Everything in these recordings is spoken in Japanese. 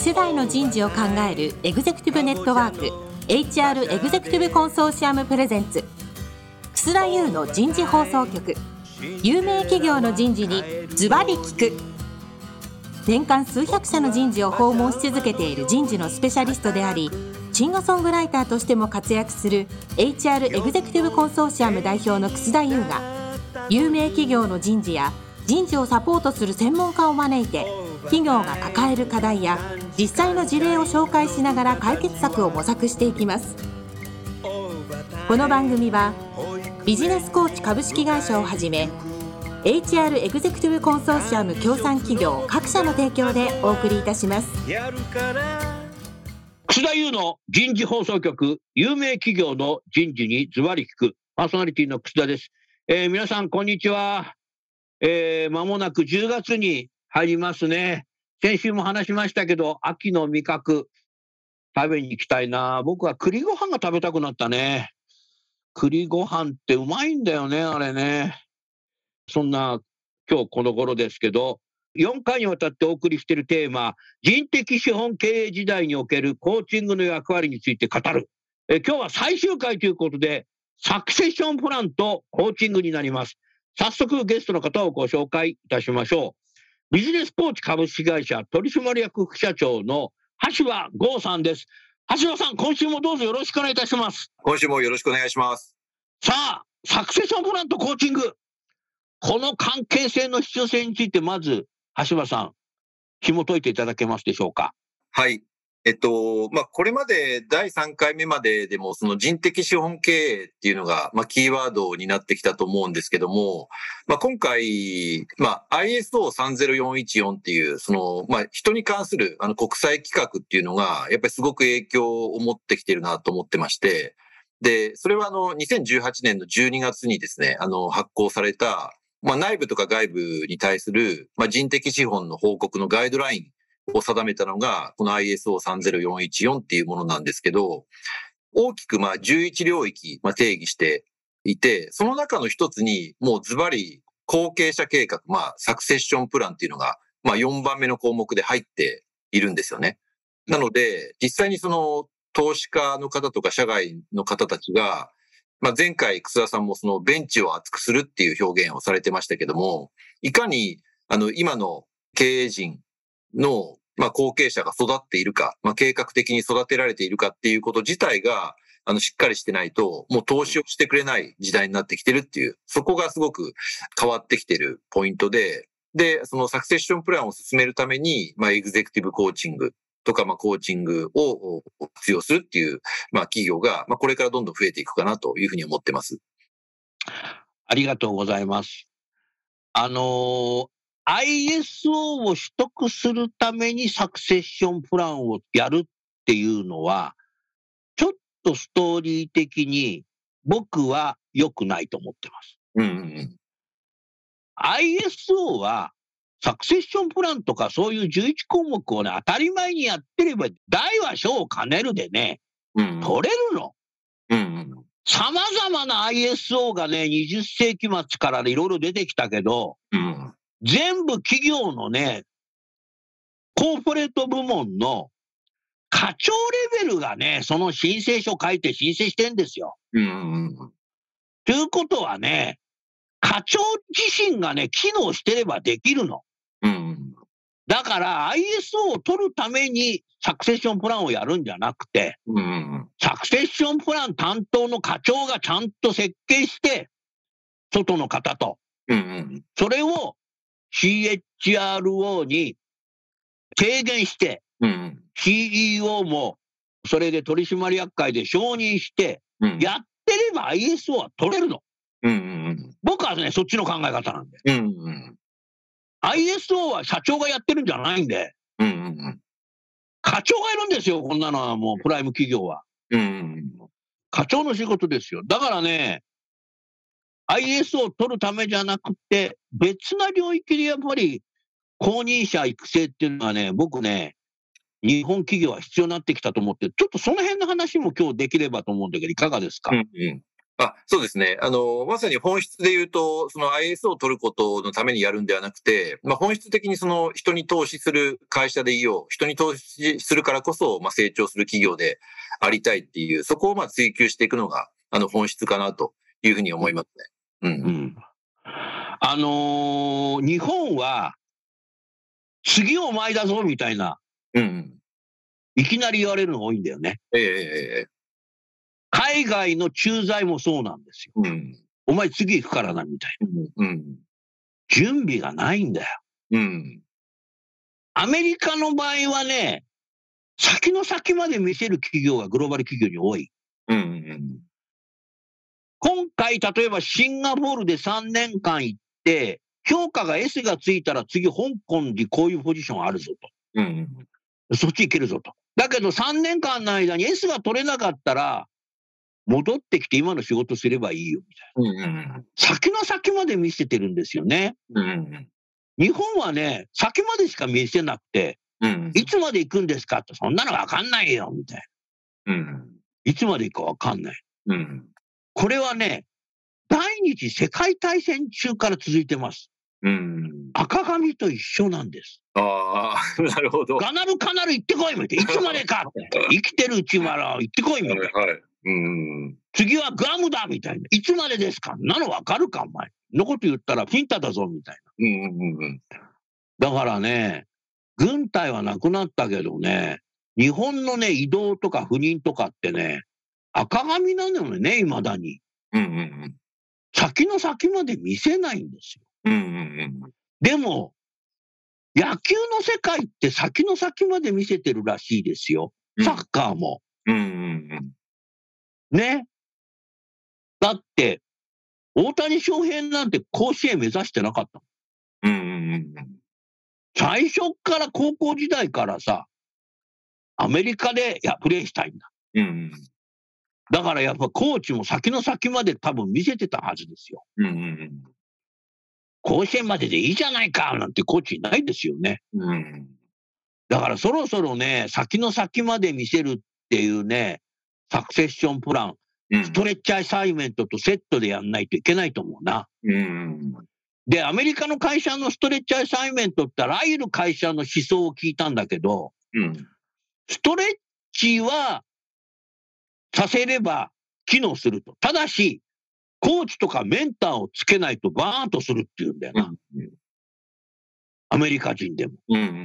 世代の人事を考えるエグゼクティブネットワーク HR エグゼクティブコンソーシアムプレゼンツ楠田優の人事放送局。有名企業の人事にズバリ聞く。年間数百社の人事を訪問し続けている人事のスペシャリストであり、シンガーソングライターとしても活躍する HR エグゼクティブコンソーシアム代表の楠田優が、有名企業の人事や人事をサポートする専門家を招いて、企業が抱える課題や実際の事例を紹介しながら解決策を模索していきます。この番組はビジネスコーチ株式会社をはじめ HR エグゼクティブコンソーシアム協賛企業各社の提供でお送りいたします。 楠田優の人事放送局、有名企業の人事にズバリ聞く。パーソナリティの楠田です。皆さんこんにちは。間もなく10月に入りますね。先週も話しましたけど、秋の味覚食べに行きたいな。僕は栗ご飯が食べたくなったね。栗ご飯ってうまいんだよね、あれね。そんな今日この頃ですけど、4回にわたってお送りしているテーマ、人的資本経営時代におけるコーチングの役割について語る。今日は最終回ということで、サクセッションプランとコーチングになります。早速ゲストの方をご紹介いたしましょう。ビジネスコーチ株式会社取締役副社長の橋場剛さんです。橋場さん、今週もどうぞよろしくお願いいたします。 今週もよろしくお願いします。 さあ、サクセッションプランとコーチング、この関係性の必要性について、まず橋場さん、紐解いていただけますでしょうか。 はい。これまで第3回目まででも、その人的資本経営っていうのが、キーワードになってきたと思うんですけども、今回、ISO30414 っていう、人に関する国際規格っていうのが、やっぱりすごく影響を持ってきてるなと思ってまして、で、それは2018年の12月にですね、発行された、内部とか外部に対する、人的資本の報告のガイドラインを定めたのが、この ISO30414 っていうものなんですけど、大きく11領域定義していて、その中の一つにもうズバリ後継者計画、サクセッションプランっていうのが、4番目の項目で入っているんですよね。なので、実際にその投資家の方とか社外の方たちが、前回楠田さんもそのベンチを厚くするっていう表現をされてましたけども、いかに今の経営陣の後継者が育っているか、計画的に育てられているかっていうこと自体がしっかりしてないと、もう投資をしてくれない時代になってきてるっていう、そこがすごく変わってきてるポイントで、そのサクセッションプランを進めるために、エグゼクティブコーチングとか、コーチングを活用するっていう、企業が、これからどんどん増えていくかなというふうに思ってます。 ありがとうございます。ISO を取得するためにサクセッションプランをやるっていうのは、ちょっとストーリー的に僕は良くないと思ってます。ISO はサクセッションプランとかそういう11項目をね、当たり前にやってれば、大は小を兼ねるでね、取れるの。様々な ISO がね、20世紀末からいろいろ出てきたけど、全部企業のね、コーポレート部門の課長レベルがね、その申請書書いて申請してんですよ。ということはね、課長自身がね、機能してればできるの。だから ISO を取るためにサクセッションプランをやるんじゃなくて、サクセッションプラン担当の課長がちゃんと設計して、外の方と、それを CHRO に提言して、CEO もそれで取締役会で承認して、やってれば ISO は取れるの。僕はね、そっちの考え方なんで。ISO は社長がやってるんじゃないんで、課長がいるんですよ、こんなのはもうプライム企業は。課長の仕事ですよ。だからね、ISO を取るためじゃなくて、別な領域でやっぱり公認者育成っていうのはね、僕ね、日本企業は必要になってきたと思って、ちょっとその辺の話も今日できればと思うんだけど、いかがですか？ そうですね。まさに本質で言うと、その ISO を取ることのためにやるんではなくて、本質的にその人に投資する会社でいよう、人に投資するからこそ、成長する企業でありたいっていう、そこを追求していくのが、本質かなというふうに思いますね。 日本は、次お前だぞみたいな、いきなり言われるのが多いんだよね。海外の駐在もそうなんですよ。お前次行くからなみたいな。準備がないんだよ。アメリカの場合はね、先の先まで見せる企業がグローバル企業に多い。今回、例えばシンガポールで3年間行って、評価が S がついたら次香港にこういうポジションあるぞと。そっち行けるぞと。だけど3年間の間に S が取れなかったら、戻ってきて今の仕事すればいいよみたいな。先の先まで見せてるんですよね。日本はね、先までしか見せなくて、いつまで行くんですかって、そんなのわかんないよみたいな。いつまで行くかわかんない。これはね、第二次世界大戦中から続いてます。赤紙と一緒なんです。 なるほど。 ガナルカナル行ってこいみたいな。いつまでかって。生きてるうちは行ってこいみたいな。次はグアムだみたいな。いつまでですかなのわかるかお前。のこと言ったらピンタだぞみたいな。だからね、軍隊はなくなったけどね、日本のね、移動とか赴任とかってね、赤紙なのよね、未だに。先の先まで見せないんですよ。でも、野球の世界って先の先まで見せてるらしいですよ。サッカーも。ね。だって、大谷翔平なんて甲子園目指してなかった。最初から高校時代からさ、アメリカでプレーしたいんだ。だからやっぱコーチも先の先まで多分見せてたはずですよ。甲子園まででいいじゃないかなんてコーチいないですよね。だからそろそろね、先の先まで見せるっていうね、サクセッションプラン、ストレッチアサイメントとセットでやんないといけないと思うな。で、アメリカの会社のストレッチアサイメントってあらゆる会社の思想を聞いたんだけど、ストレッチはさせれば機能すると。ただし、コーチとかメンターをつけないとバーンとするっていうんだよな。アメリカ人でも。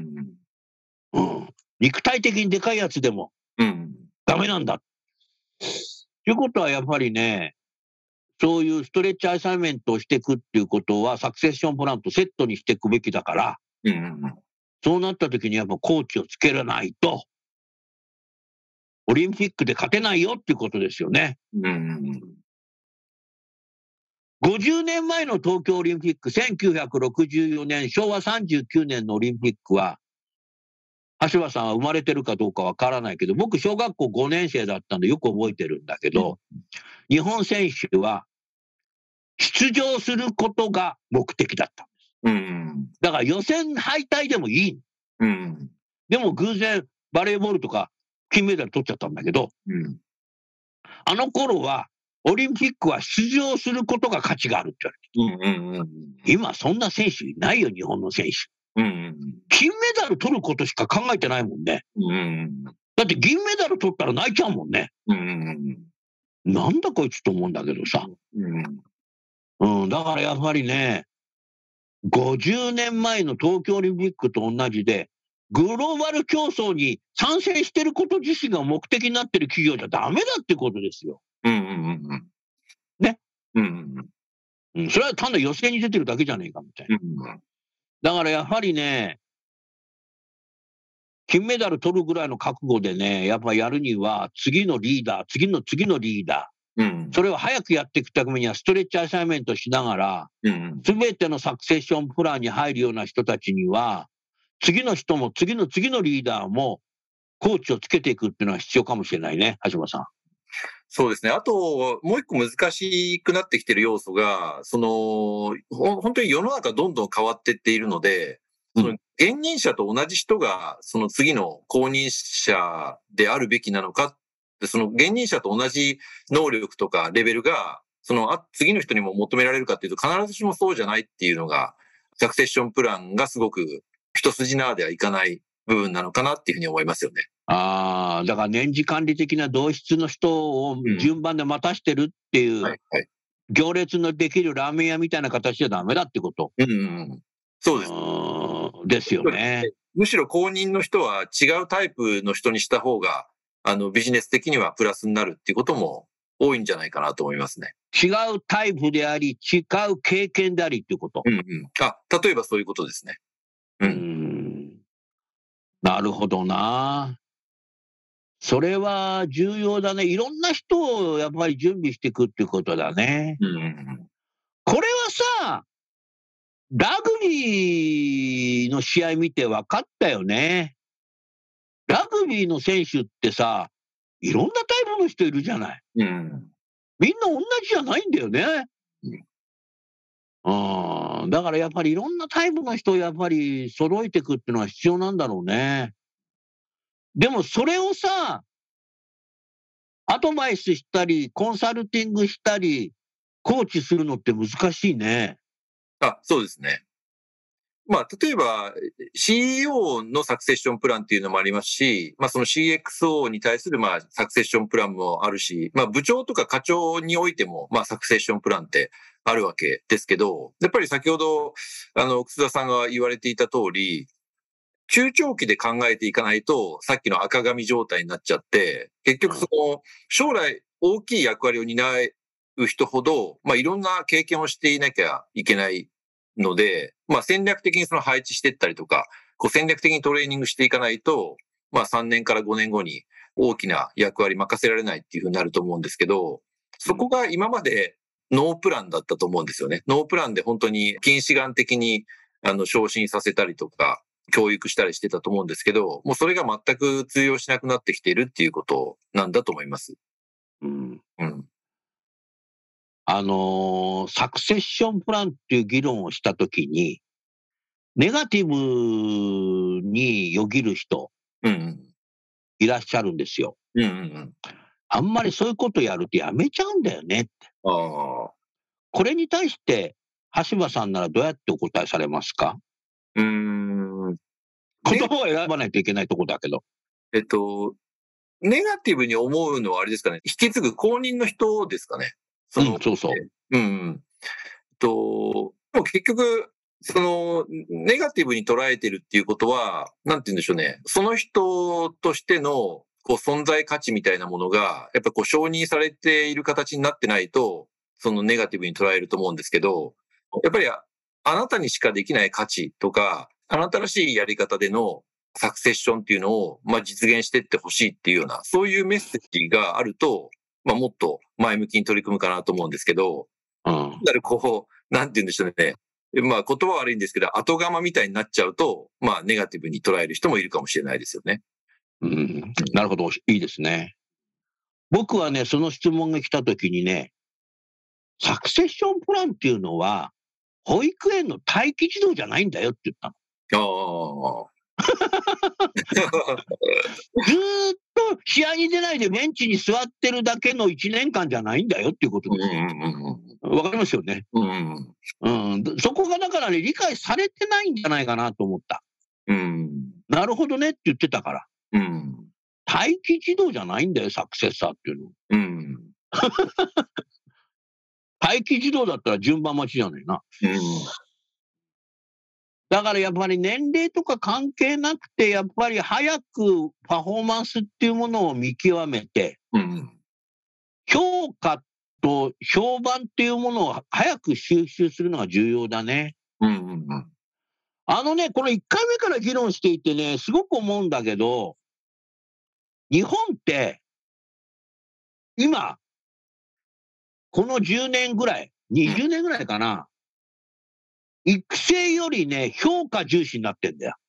肉体的にでかいやつでもダメなんだ。ということはやっぱりね、そういうストレッチアサイメントをしていくっていうことはサクセッションプランとセットにしていくべきだから、そうなった時にやっぱコーチをつけらないと、オリンピックで勝てないよっていうことですよね。50年前の東京オリンピック、1964年、昭和39年のオリンピックは、橋場さんは生まれてるかどうかわからないけど、僕、小学校5年生だったんでよく覚えてるんだけど、日本選手は出場することが目的だったんです。だから予選敗退でもいい。でも偶然バレーボールとか金メダル取っちゃったんだけど、あの頃はオリンピックは出場することが価値があるって言われて、今そんな選手いないよ、日本の選手。金メダル取ることしか考えてないもんね。だって銀メダル取ったら泣いちゃうもんね。なんだこいつと思うんだけどさ。だからやっぱりね、50年前の東京オリンピックと同じで、グローバル競争に参戦してること自身が目的になってる企業じゃダメだってことですよ。ね。それは単なる予選に出てるだけじゃねえかみたいな。だからやはりね、金メダル取るぐらいの覚悟でね、やっぱやるには、次のリーダー、次のリーダー、それを早くやっていくためには、ストレッチアサイメントしながら、すべてのサクセッションプランに入るような人たちには、次の人も、次のリーダーも、コーチをつけていくっていうのは必要かもしれないね、橋本さん。 そうですね。あと、もう一個難しくなってきてる要素が、本当に世の中どんどん変わっていっているので、その現任者と同じ人が、その次の後任者であるべきなのか、その現任者と同じ能力とかレベルが、 次の人にも求められるかっていうと、必ずしもそうじゃないっていうのが、サクセッションプランがすごく一筋縄ではいかない部分なのかなっていうふうに思いますよね。 だから年次管理的な同室の人を順番で待たしてるっていう、行列のできるラーメン屋みたいな形じゃダメだってこと。 そうです。 ですよね。 むしろ公認の人は違うタイプの人にした方が、ビジネス的にはプラスになるっていうことも多いんじゃないかなと思いますね。 違うタイプであり、違う経験でありっていうこと。 例えばそういうことですね。 なるほどな。それは重要だね。いろんな人をやっぱり準備していくっていうことだね。これはさ、ラグビーの試合見て分かったよね。ラグビーの選手ってさ、いろんなタイプの人いるじゃない。みんな同じじゃないんだよね。だからやっぱりいろんなタイプの人をやっぱり揃えていくっていうのは必要なんだろうね。でもそれをさ、アドバイスしたり、コンサルティングしたり、コーチするのって難しいね。 そうですね。例えば CEO のサクセッションプランっていうのもありますし、その CXO に対するサクセッションプランもあるし、部長とか課長においてもサクセッションプランってあるわけですけど、やっぱり先ほど楠田さんが言われていた通り、中長期で考えていかないと、さっきの赤紙状態になっちゃって、結局将来大きい役割を担う人ほど、いろんな経験をしていなきゃいけないので、戦略的に配置していったりとか、戦略的にトレーニングしていかないと、3年から5年後に大きな役割任せられないっていうふうになると思うんですけど、そこが今までノープランだったと思うんですよね。ノープランで本当に近視眼的に昇進させたりとか、教育したりしてたと思うんですけど、もうそれが全く通用しなくなってきているっていうことなんだと思います。 サクセッションプランっていう議論をしたときに、ネガティブによぎる人、いらっしゃるんですよ。あんまりそういうことやるとやめちゃうんだよねって。これに対して、橋場さんならどうやってお答えされますか？言葉を選ばないといけないところだけど。 ネガティブに思うのはあれですかね。引き継ぐ公認の人ですかね。 そう。 でも結局、ネガティブに捉えてるっていうことは、なんて言うんでしょうね。その人としての、存在価値みたいなものが、やっぱ承認されている形になってないと、ネガティブに捉えると思うんですけど、やっぱりあなたにしかできない価値とか、あなたらしいやり方でのサクセッションっていうのを、実現していってほしいっていうような、そういうメッセージがあると、もっと前向きに取り組むかなと思うんですけど、なんて言うんでしょうね。言葉は悪いんですけど、後釜みたいになっちゃうと、ネガティブに捉える人もいるかもしれないですよね。 なるほど、いいですね。僕はね、その質問が来たときにね、サクセッションプランっていうのは、保育園の待機児童じゃないんだよって言ったの。ずーっと試合に出ないでベンチに座ってるだけの1年間じゃないんだよっていうことです。わかりますよね。そこがだからね、理解されてないんじゃないかなと思った。なるほどねって言ってたから。待機児童じゃないんだよ、サクセッサーっていうの。待機児童だったら順番待ちじゃないな。だからやっぱり年齢とか関係なくて、やっぱり早くパフォーマンスっていうものを見極めて、評価と評判っていうものを早く収集するのが重要だね。この1回目から議論していてね、すごく思うんだけど、日本って、今、この10年ぐらい、20年ぐらいかな、育成よりね、評価重視になってんだよ。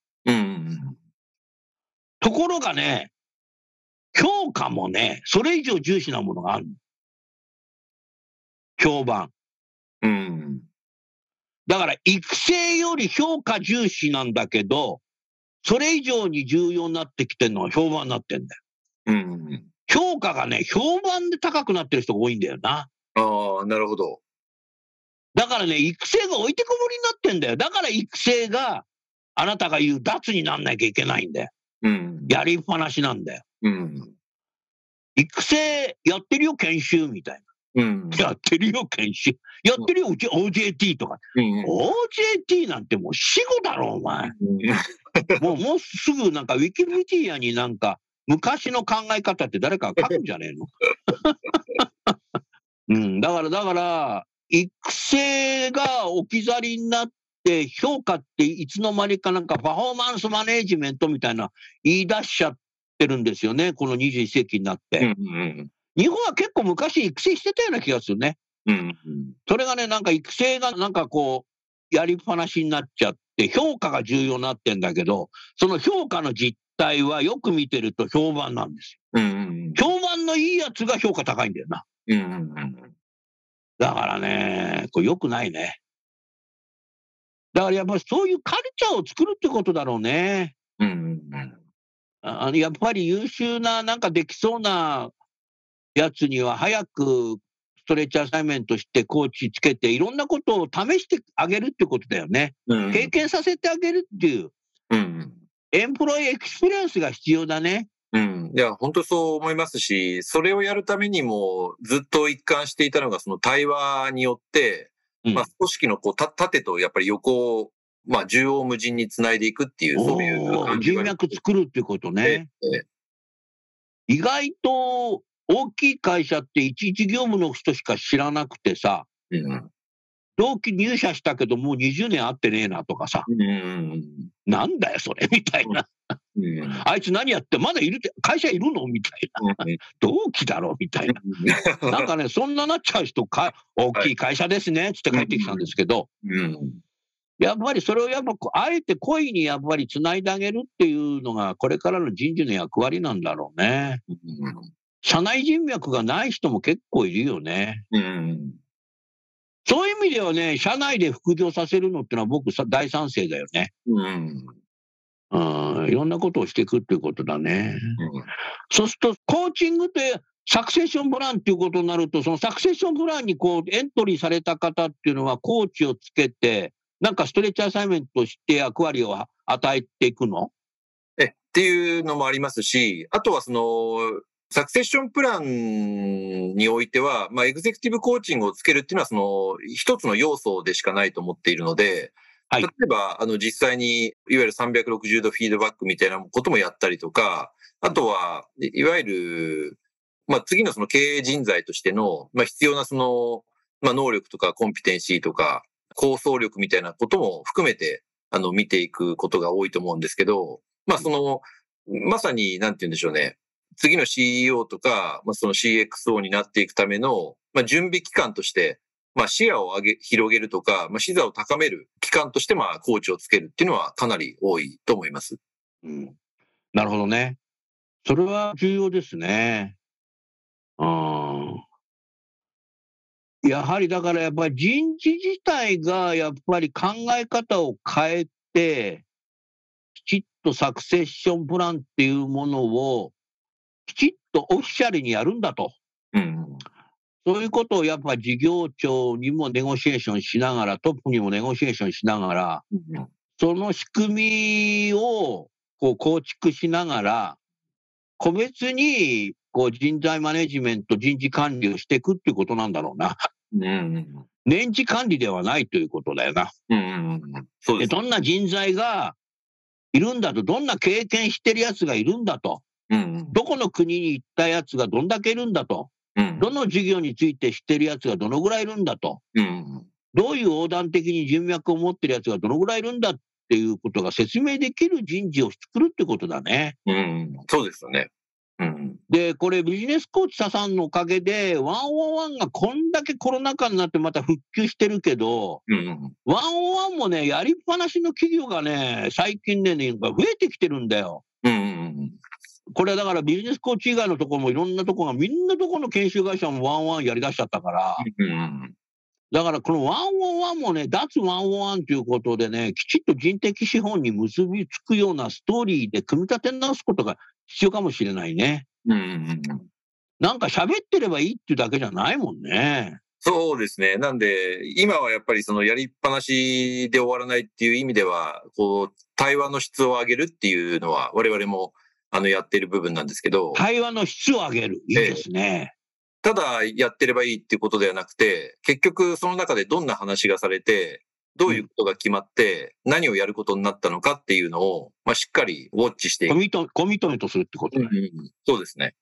ところがね、評価もね、それ以上重視なものがある。評判。だから、育成より評価重視なんだけど、それ以上に重要になってきてるのは評判になってんだよ。評価がね、評判で高くなってる人が多いんだよな。 ああ、なるほど。 だからね、育成が置いてこぼりになってんだよ。だから育成が、あなたが言う脱になんなきゃいけないんだよ。 うん。 やりっぱなしなんだよ。 うん。 育成やってるよ、研修みたいうん。 な。やってるよ、研修。やってるよ、うち OJT とか。 うん。 OJT なんてもう死後だろ、お前。もうすぐなんかウィキペディアになんか昔の考え方って誰かが書くんじゃねえのうん、だから育成が置き去りになって評価っていつの間にかなんかパフォーマンスマネージメントみたいな言い出しちゃってるんですよね、この21世紀になって。日本は結構昔育成してたような気がするね。それがね、なんか育成がなんかこうやりっぱなしになっちゃって評価が重要になってんだけど、その評価の実態はよく見てると評判なんですよ。評判のいいやつが評価高いんだよな。だからね、これ良くないね。だからやっぱりそういうカルチャーを作るってことだろうね。やっぱり優秀な、なんかできそうなやつには早くストレッチアサイメントしてコーチつけていろんなことを試してあげるってことだよね。経験させてあげるっていう。エンプロイエクスペリエンスが必要だね。 いや、本当そう思いますし、それをやるためにもずっと一貫していたのが、その対話によって、組織のこう縦とやっぱり横を、縦横無尽につないでいくっていう、そういう人脈作るっていうことね。意外と大きい会社って一事業務の人しか知らなくてさ、同期入社したけどもう20年会ってねえなとかさ、なんだよそれみたいな。あいつ何やってまだいるって会社いるのみたいな。同期だろみたいな。なんかね、そんななっちゃう人大きい会社ですねっつって帰ってきたんですけど、やっぱりそれをやっぱあえて故意にやっぱりつないであげるっていうのがこれからの人事の役割なんだろうね。社内人脈がない人も結構いるよね。そういう意味ではね、社内で副業させるのってのは僕大賛成だよね。いろんなことをしていくっていうことだね。そうするとコーチングってサクセッションプランっていうことになると、そのサクセッションプランにこうエントリーされた方っていうのはコーチをつけてなんかストレッチアサイメントして役割を与えていくの？ っていうのもありますし、あとはそのサクセッションプランにおいては、エグゼクティブコーチングをつけるっていうのはその一つの要素でしかないと思っているので、例えば実際にいわゆる360度フィードバックみたいなこともやったりとか、あとはいわゆる次のその経営人材としての必要なその能力とかコンピテンシーとか構想力みたいなことも含めて見ていくことが多いと思うんですけど、そのまさになんて言うんでしょうね。次の CEO とか、その CXO になっていくための、準備期間として、視野を広げるとか、視座を高める期間として、コーチをつけるっていうのはかなり多いと思います。 なるほどね。それは重要ですね。やはりだからやっぱり人事自体がやっぱり考え方を変えて、きちっとサクセッションプランっていうものをきちっとオフィシャルにやるんだと。そういうことをやっぱ事業長にもネゴシエーションしながら、トップにもネゴシエーションしながら、その仕組みをこう構築しながら、個別にこう人材マネジメント、人事管理をしていくっていうことなんだろうな。年次管理ではないということだよな。でどんな人材がいるんだと、どんな経験してるやつがいるんだと。どこの国に行ったやつがどんだけいるんだと。どの事業について知ってるやつがどのぐらいいるんだと。どういう横断的に人脈を持ってるやつがどのぐらいいるんだっていうことが説明できる人事を作るってことだね。 そうですよね。 で、これビジネスコーチさんのおかげで、101がこんだけコロナ禍になってまた復旧してるけど、101もね、やりっぱなしの企業がね、最近ね、増えてきてるんだよ。これはだからビジネスコーチ以外のところもいろんなところがみんなどこの研修会社も101やりだしちゃったから、だからこの101もね、脱101ということでね、きちっと人的資本に結びつくようなストーリーで組み立て直すことが必要かもしれないね。なんか喋ってればいいっていうだけじゃないもんね。 そうですね。なんで、今はやっぱりそのやりっぱなしで終わらないっていう意味では、対話の質を上げるっていうのは我々もやっている部分なんですけど。 対話の質を上げる。いいですね。 ただやってればいいっていうことではなくて、結局その中でどんな話がされて、どういうことが決まって、何をやることになったのかっていうのを、しっかりウォッチしていく。 コミットメントするってことね。 そうですね。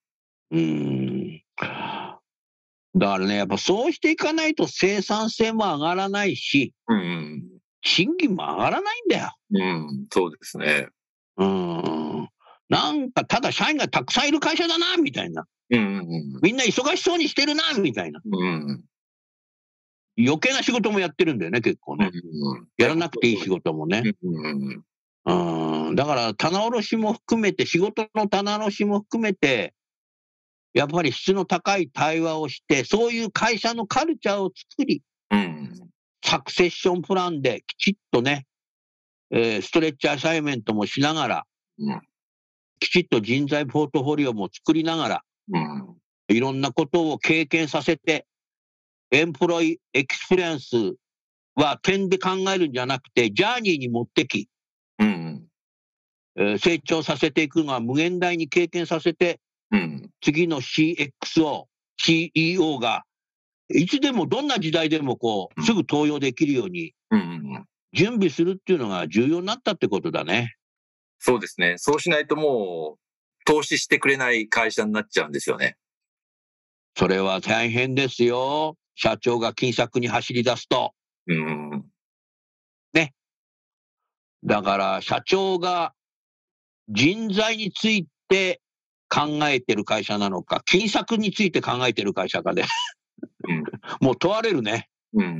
だからね、やっぱそうしていかないと生産性も上がらないし、賃金も上がらないんだよ。 そうですね。 なんかただ社員がたくさんいる会社だな、みたいな。みんな忙しそうにしてるな、みたいな。余計な仕事もやってるんだよね、結構ね。やらなくていい仕事もね。だから棚卸しも含めて、仕事の棚卸しも含めて、やっぱり質の高い対話をして、そういう会社のカルチャーを作り、サクセッションプランできちっとね、ストレッチアサイメントもしながら、きちっと人材ポートフォリオも作りながら、いろんなことを経験させて、エンプロイエクスペリエンスは点で考えるんじゃなくて、ジャーニーに持ってき、成長させていくのは無限大に経験させて、次の CEO がいつでもどんな時代でもすぐ登用できるように準備するっていうのが重要になったってことだね。 そうですね。そうしないともう投資してくれない会社になっちゃうんですよね。 それは大変ですよ。社長が金策に走り出すと。ね。だから社長が人材について考えてる会社なのか、金策について考えてる会社かで、もう問われるね。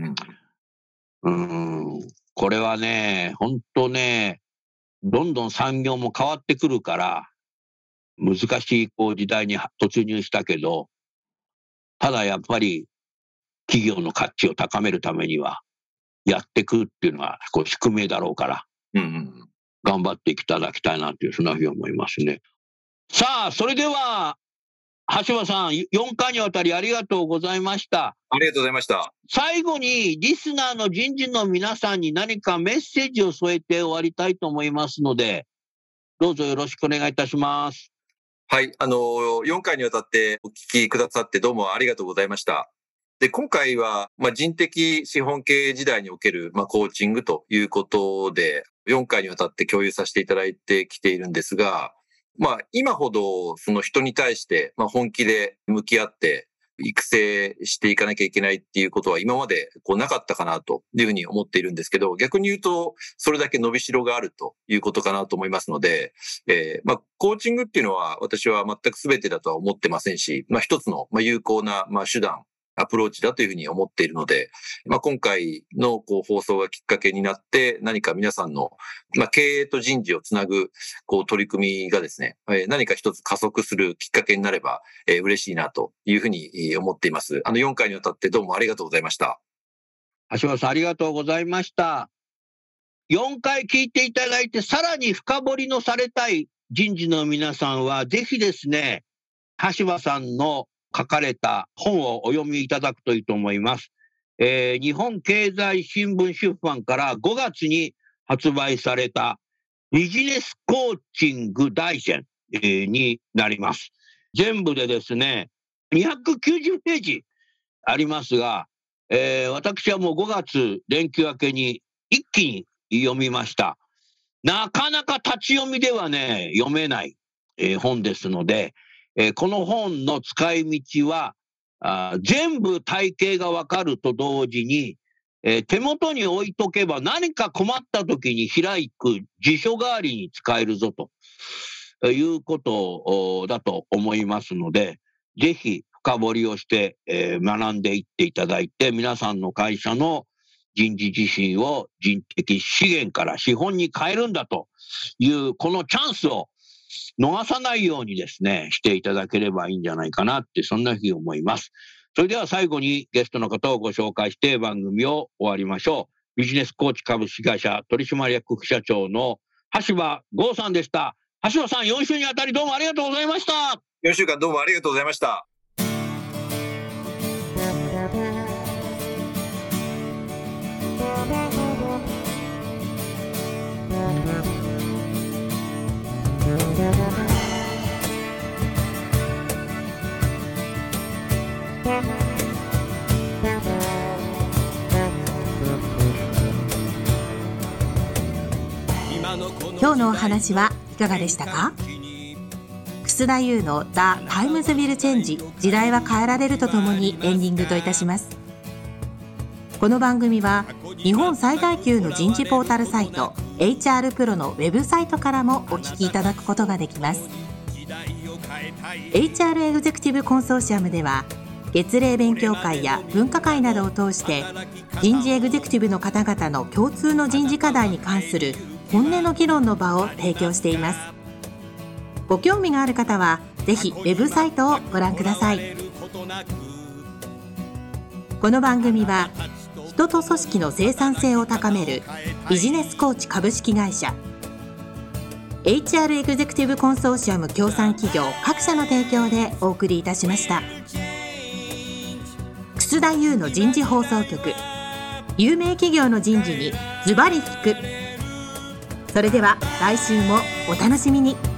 これはね、本当ね、どんどん産業も変わってくるから、難しい時代に突入したけど、ただやっぱり企業の価値を高めるためには、やっていくっていうのは宿命だろうから、頑張っていただきたいなという、そんなふうに思いますね。さあ、それでは、橋場さん、4回にわたりありがとうございました。 ありがとうございました。 最後に、リスナーの人事の皆さんに何かメッセージを添えて終わりたいと思いますので、どうぞよろしくお願いいたします。 はい、4回にわたってお聞きくださってどうもありがとうございました。で、今回は、人的資本経営時代における、コーチングということで、4回にわたって共有させていただいてきているんですが、今ほどその人に対して本気で向き合って育成していかなきゃいけないっていうことは今までなかったかなというふうに思っているんですけど、逆に言うとそれだけ伸びしろがあるということかなと思いますので、コーチングっていうのは私は全く全てだとは思ってませんし、一つの有効な手段、アプローチだというふうに思っているので、今回の放送がきっかけになって何か皆さんの経営と人事をつなぐ取り組みがですね、何か一つ加速するきっかけになれば嬉しいなというふうに思っています。4回にわたってどうもありがとうございました。 橋本さんありがとうございました。4回聞いていただいてさらに深掘りのされたい人事の皆さんはぜひですね、橋場さんの書かれた本をお読みいただくといいと思います。日本経済新聞出版から5月に発売されたビジネスコーチング大全、になります。全部でですね、290ページありますが、私はもう5月連休明けに一気に読みました。なかなか立ち読みではね、読めない、本ですので、この本の使い道は全部体系がわかると同時に、手元に置いとけば何か困った時に開く辞書代わりに使えるぞということだと思いますので、ぜひ深掘りをして、学んでいっていただいて、皆さんの会社の人事自身を人的資源から資本に変えるんだというこのチャンスを逃さないようにですね、していただければいいんじゃないかなって、そんなふうに思います。それでは最後にゲストの方をご紹介して番組を終わりましょう。ビジネスコーチ株式会社取締役副社長の橋場剛さんでした。橋場さん、4週にあたりどうもありがとうございました。 4週間どうもありがとうございました。 今日のお話はいかがでしたか？楠田優の The Times Will Change 時代は変えられるとともにエンディングといたします。この番組は日本最大級の人事ポータルサイト HR プロのウェブサイトからもお聞きいただくことができます。 HR エグゼクティブコンソーシアムでは月例勉強会や分科会などを通して人事エグゼクティブの方々の共通の人事課題に関する本音の議論の場を提供しています。ご興味がある方はぜひウェブサイトをご覧ください。この番組は人と組織の生産性を高めるビジネスコーチ株式会社 HR エグゼクティブコンソーシアム協賛企業各社の提供でお送りいたしました。楠田優の人事放送局、有名企業の人事にズバリ聞く。それでは来週もお楽しみに。